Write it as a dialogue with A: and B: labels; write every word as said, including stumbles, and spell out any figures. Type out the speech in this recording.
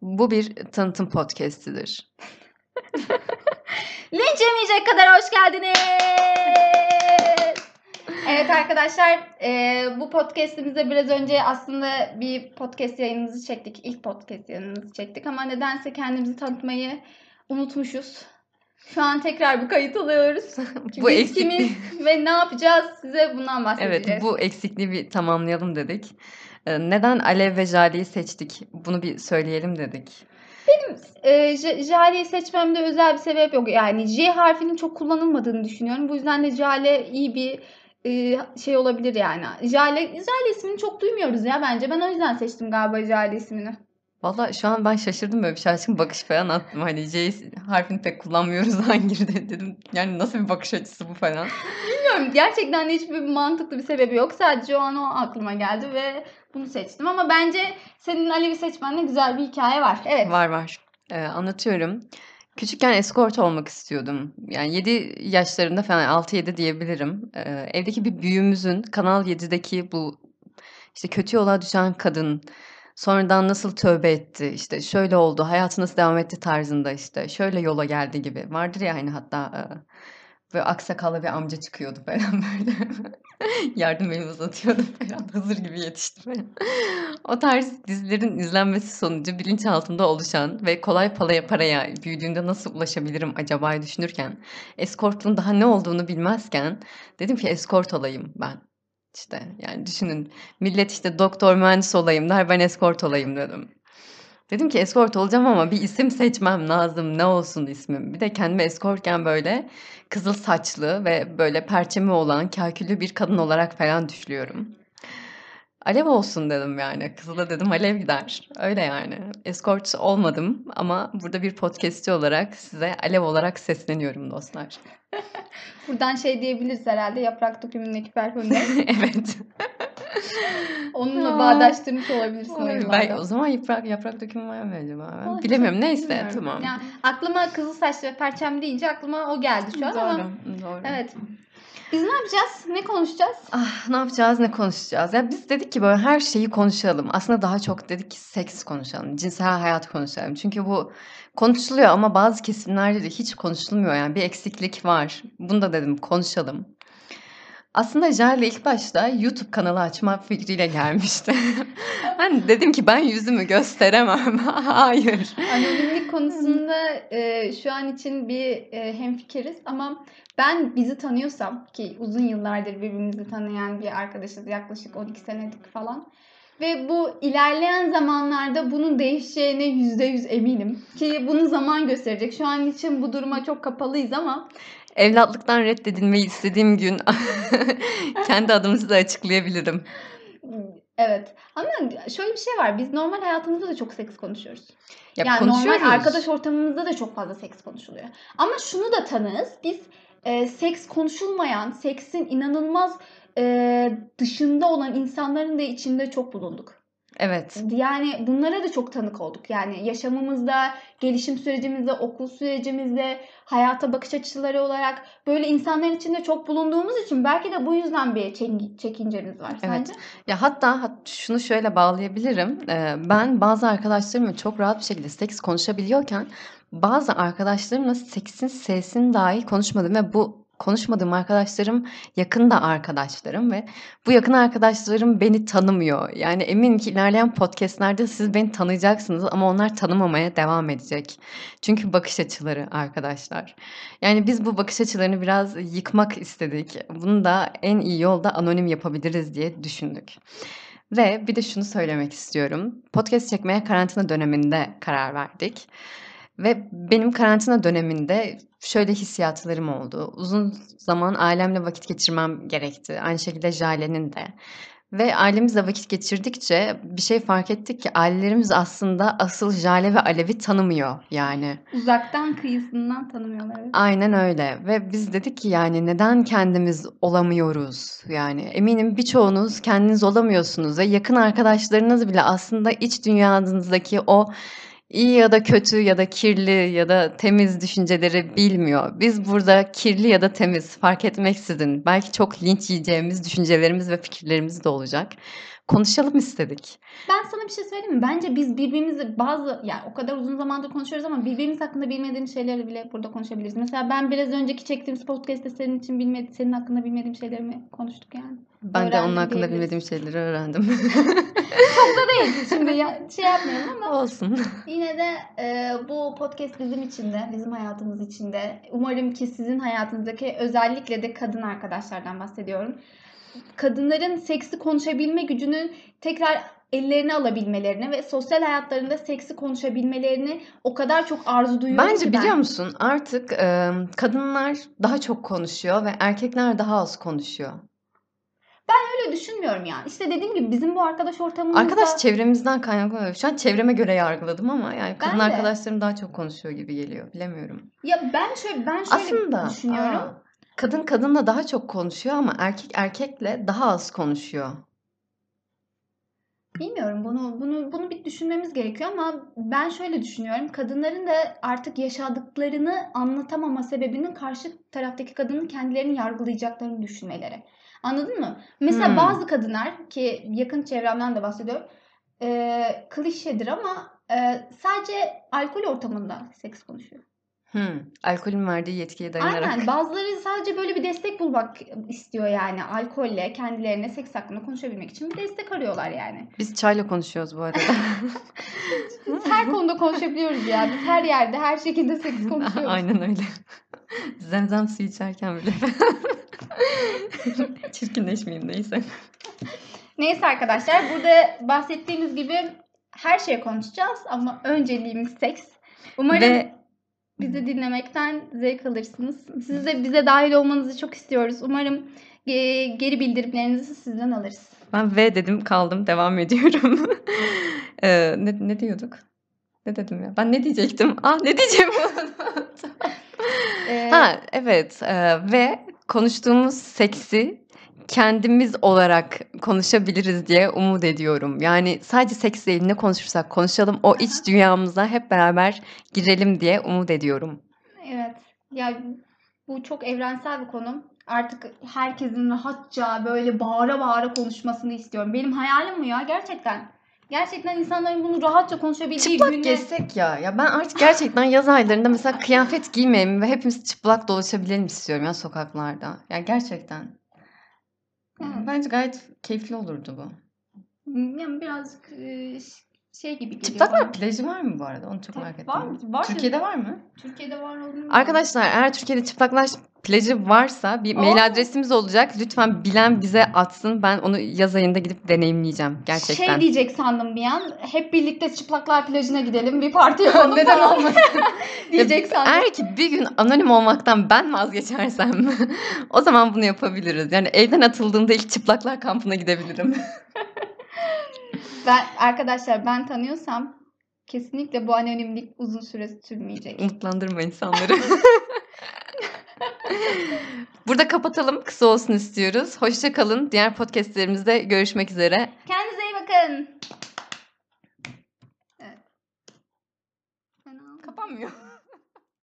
A: Bu bir tanıtım podcastidir.
B: Linç yemeyecek kadar hoş geldiniz. Evet arkadaşlar, e, bu podcastimizde biraz önce aslında bir podcast yayınımızı çektik. İlk podcast yayınımızı çektik ama nedense kendimizi tanıtmayı unutmuşuz. Şu an tekrar bir kayıt alıyoruz.
A: Bu
B: Biz
A: eksikliği-
B: kimiz ve ne yapacağız, size bundan bahsedeceğiz.
A: Evet, bu eksikliği bir tamamlayalım dedik. Ee, Neden Alev ve Jale'yi seçtik? Bunu bir söyleyelim dedik.
B: E, J- Jale'yi seçmemde özel bir sebep yok. Yani J harfinin çok kullanılmadığını düşünüyorum. Bu yüzden de Jale iyi bir e, şey olabilir yani. Jale, Jale ismini çok duymuyoruz ya bence. Ben o yüzden seçtim galiba Jale ismini.
A: Valla şu an ben şaşırdım, böyle bir şaşkın bakış falan attım. Hani J harfini pek kullanmıyoruz hangiri dedim. Yani nasıl bir bakış açısı bu falan.
B: Bilmiyorum, gerçekten de hiçbir mantıklı bir sebebi yok. Sadece o an o aklıma geldi ve bunu seçtim. Ama bence senin Alev'i seçmenle güzel bir hikaye var. Evet.
A: Var var. Ee, anlatıyorum. Küçükken eskort olmak istiyordum. Yani yedi yaşlarında falan, altı yedi diyebilirim. Ee, evdeki bir büyüğümüzün Kanal yedideki bu işte kötü yola düşen kadın sonradan nasıl tövbe etti, işte şöyle oldu, hayatı nasıl devam etti tarzında, işte şöyle yola geldi gibi. Vardır ya hani, hatta e, böyle aksakallı bir amca çıkıyordu falan böyle. Yardım elini uzatıyordu falan. Hızır gibi yetişti falan. O tarz dizilerin izlenmesi sonucu bilinçaltında oluşan ve kolay paraya, paraya büyüdüğünde nasıl ulaşabilirim acaba düşünürken, eskortluğun daha ne olduğunu bilmezken dedim ki eskort olayım ben. İşte yani düşünün, millet işte doktor mühendis olayım der, ben eskort olayım dedim. Dedim ki eskort olacağım ama bir isim seçmem lazım. Ne olsun ismim? Bir de kendimi eskortken böyle kızıl saçlı ve böyle perçemi olan kaküllü bir kadın olarak falan düşlüyorum. Alev olsun dedim yani. Kızıla dedim alev gider. Öyle yani. Eskort olmadım ama burada bir podcastçi olarak size alev olarak sesleniyorum dostlar.
B: Buradan şey diyebiliriz herhalde. Yaprak Dökümü'ndeki Ferhunde.
A: Evet.
B: Onunla
A: Aa,
B: bağdaştırmış olabilirsin o
A: olabilir.
B: yıllarda.
A: Ben, o zaman yaprak yaprak dökümü var mı acaba? Ben
B: Aa,
A: bilemiyorum.
B: çok
A: Neyse,
B: bilmiyorum.
A: tamam.
B: Ya, aklıma kızıl saçlı ve perçem deyince aklıma o geldi şu an
A: Doğru,
B: ama
A: doğru.
B: evet. Biz ne yapacağız? Ne konuşacağız?
A: Ah, ne yapacağız, ne konuşacağız? Ya biz dedik ki böyle her şeyi konuşalım. Aslında daha çok dedik ki seks konuşalım, cinsel hayat konuşalım. Çünkü bu konuşuluyor ama bazı kesimlerde de hiç konuşulmuyor. Yani bir eksiklik var. Bunu da dedim konuşalım. Aslında Jale ilk başta YouTube kanalı açma fikriyle gelmişti. Ben dedim ki ben yüzümü gösteremem. Hayır.
B: Anonimlik konusunda e, şu an için bir e, hemfikiriz ama ben bizi tanıyorsam, ki uzun yıllardır birbirimizi tanıyan bir arkadaşız, yaklaşık on iki senedik falan. Ve bu ilerleyen zamanlarda bunun değişeceğine yüzde yüz eminim. Ki bunu zaman gösterecek. Şu an için bu duruma çok kapalıyız ama
A: Evlatlıktan reddedilmeyi istediğim gün kendi adımı size açıklayabilirim.
B: evet. Ama şöyle bir şey var. Biz normal hayatımızda da çok seks konuşuyoruz.
A: Ya
B: Yani normal
A: konuşuyoruz.
B: arkadaş ortamımızda da çok fazla seks konuşuluyor. Ama şunu da tanığız. Biz e, seks konuşulmayan, seksin inanılmaz e, dışında olan insanların da içinde çok bulunduk.
A: Evet.
B: Yani bunlara da çok tanık olduk. Yani yaşamımızda, gelişim sürecimizde, okul sürecimizde, hayata bakış açıları olarak böyle insanların içinde çok bulunduğumuz için belki de bu yüzden bir çek- çekincemiz var. Sence?
A: Evet. Ya hatta hat- şunu şöyle bağlayabilirim. Ee, ben bazı arkadaşlarımla çok rahat bir şekilde seks konuşabiliyorken bazı arkadaşlarımla seksin S'sini dahi konuşmadım ve bu konuşmadığım arkadaşlarım yakın da arkadaşlarım ve bu yakın arkadaşlarım beni tanımıyor. Yani eminim ki ilerleyen podcastlerde siz beni tanıyacaksınız ama onlar tanımamaya devam edecek. Çünkü bakış açıları arkadaşlar. Yani biz bu bakış açılarını biraz yıkmak istedik. Bunu da en iyi yolda anonim yapabiliriz diye düşündük. Ve bir de şunu söylemek istiyorum. Podcast çekmeye karantina döneminde karar verdik. Ve benim karantina döneminde şöyle hissiyatlarım oldu. Uzun zaman ailemle vakit geçirmem gerekti. Aynı şekilde Jale'nin de. Ve ailemizle vakit geçirdikçe bir şey fark ettik ki ailelerimiz aslında asıl Jale ve Alev'i tanımıyor yani.
B: Uzaktan kıyısından tanımıyorlar. Evet.
A: Aynen öyle ve biz dedik ki yani neden kendimiz olamıyoruz? Yani eminim birçoğunuz kendiniz olamıyorsunuz ve yakın arkadaşlarınız bile aslında iç dünyanızdaki o iyi ya da kötü ya da kirli ya da temiz düşünceleri bilmiyor. Biz burada kirli ya da temiz fark etmeksizin belki çok linç yiyeceğimiz düşüncelerimiz ve fikirlerimiz de olacak. konuşalım istedik.
B: Ben sana bir şey söyleyeyim mi? Bence biz birbirimizi bazı yani o kadar uzun zamandır konuşuyoruz ama birbirimiz hakkında bilmediğimiz şeyleri bile burada konuşabiliriz. Mesela ben biraz önceki çektiğimiz podcast'te senin için bilmedi, senin hakkında bilmediğim şeylerimi konuştuk yani.
A: Ben de onun
B: Öğrendim
A: hakkında
B: diyebiliriz.
A: bilmediğim şeyleri öğrendim.
B: Çok da değil. Şimdi ya, şey yapmayalım ama
A: Olsun.
B: yine de e, bu podcast bizim için de, bizim hayatımız için de. Umarım ki sizin hayatınızdaki özellikle de kadın arkadaşlardan bahsediyorum. Kadınların seksi konuşabilme gücünü tekrar ellerine alabilmelerini ve sosyal hayatlarında seksi konuşabilmelerini o kadar çok arzu duyuyorum
A: Bence
B: ki ben.
A: biliyor musun artık e, kadınlar daha çok konuşuyor ve erkekler daha az konuşuyor.
B: Öyle düşünmüyorum yani. İşte dediğim gibi bizim bu arkadaş ortamımızda...
A: Arkadaş çevremizden kaynaklanıyor. Şu an çevreme göre yargıladım ama yani kadın
B: Ben de.
A: arkadaşlarım daha çok konuşuyor gibi geliyor. Bilemiyorum.
B: Ya ben şöyle ben şöyle
A: Aslında
B: düşünüyorum.
A: aa, kadın kadınla daha çok konuşuyor ama erkek erkekle daha az konuşuyor.
B: Bilmiyorum bunu bunu bunu bir düşünmemiz gerekiyor ama ben şöyle düşünüyorum. Kadınların da artık yaşadıklarını anlatamama sebebinin karşı taraftaki kadının kendilerini yargılayacaklarını düşünmeleri. Anladın mı? Mesela
A: Hmm.
B: bazı kadınlar ki yakın çevremden de bahsediyorum. E, klişedir ama e, sadece alkol ortamında seks konuşuyor.
A: Hmm. Alkolün verdiği yetkiye dayanarak.
B: Aynen. Bazıları sadece böyle bir destek bulmak istiyor yani. Alkolle kendilerine seks hakkında konuşabilmek için bir destek arıyorlar yani.
A: Biz çayla konuşuyoruz bu arada.
B: Biz her konuda konuşabiliyoruz ya. Biz her yerde, her şekilde seks konuşuyoruz.
A: Aynen öyle. Zemzem suyu içerken bile. Çirkinleşmeyeyim neyse.
B: Neyse arkadaşlar, burada bahsettiğimiz gibi her şeye konuşacağız ama önceliğimiz seks. Umarım
A: Ve
B: bizi dinlemekten zevk alırsınız. Siz de bize dahil olmanızı çok istiyoruz. Umarım e, geri bildirimlerinizi sizden alırız.
A: ben V dedim kaldım devam ediyorum. Ee, ne, ne diyorduk? Ne dedim ya? Ben ne diyecektim? Ah ne diyeceğimi unuttum.
B: Ee,
A: Ha evet e, ve konuştuğumuz seksi kendimiz olarak konuşabiliriz diye umut ediyorum. Yani sadece seks değil ne konuşursak konuşalım o iç dünyamıza hep beraber girelim diye umut ediyorum.
B: Evet. Ya bu çok evrensel bir konu. Artık herkesin rahatça böyle bağıra bağıra konuşmasını istiyorum. Benim hayalim bu ya gerçekten. Gerçekten insanların bunu rahatça konuşabildiği
A: Çıplak
B: günler.
A: gezsek ya. Ya ben artık gerçekten yaz aylarında mesela kıyafet giymeyelim ve hepimiz çıplak dolaşabilelim istiyorum ya sokaklarda. Ya gerçekten.
B: Evet.
A: Bence gayet keyifli olurdu bu.
B: Yani birazcık e, şey gibi geliyor
A: Çıplaklar
B: bana.
A: plajı var mı bu arada? Onu çok
B: Tabii
A: merak ettim.
B: var mı? Var
A: Türkiye'de var mı?
B: Türkiye'de var olduğunu biliyorum.
A: Arkadaşlar eğer Türkiye'de çıplaklar plajı varsa bir mail
B: Oo.
A: adresimiz olacak. Lütfen bilen bize atsın. Ben onu yaz ayında gidip deneyimleyeceğim gerçekten.
B: Şey diyecek sandım bir an. Hep birlikte çıplaklar plajına gidelim bir parti yapalım.
A: Neden
B: falan
A: olmasın?
B: diyecek sandım.
A: Eğer ki bir gün anonim olmaktan ben vazgeçersem o zaman bunu yapabiliriz. Yani evden atıldığımda ilk çıplaklar kampına gidebilirim.
B: Ben arkadaşlar ben tanıyorsam kesinlikle bu anonimlik uzun süre sürmeyecek.
A: Umutlandırma insanları. Burada kapatalım. Kısa olsun istiyoruz. Hoşça kalın. Diğer podcastlerimizde görüşmek üzere.
B: Kendinize iyi bakın. Evet.
A: Kapanmıyor.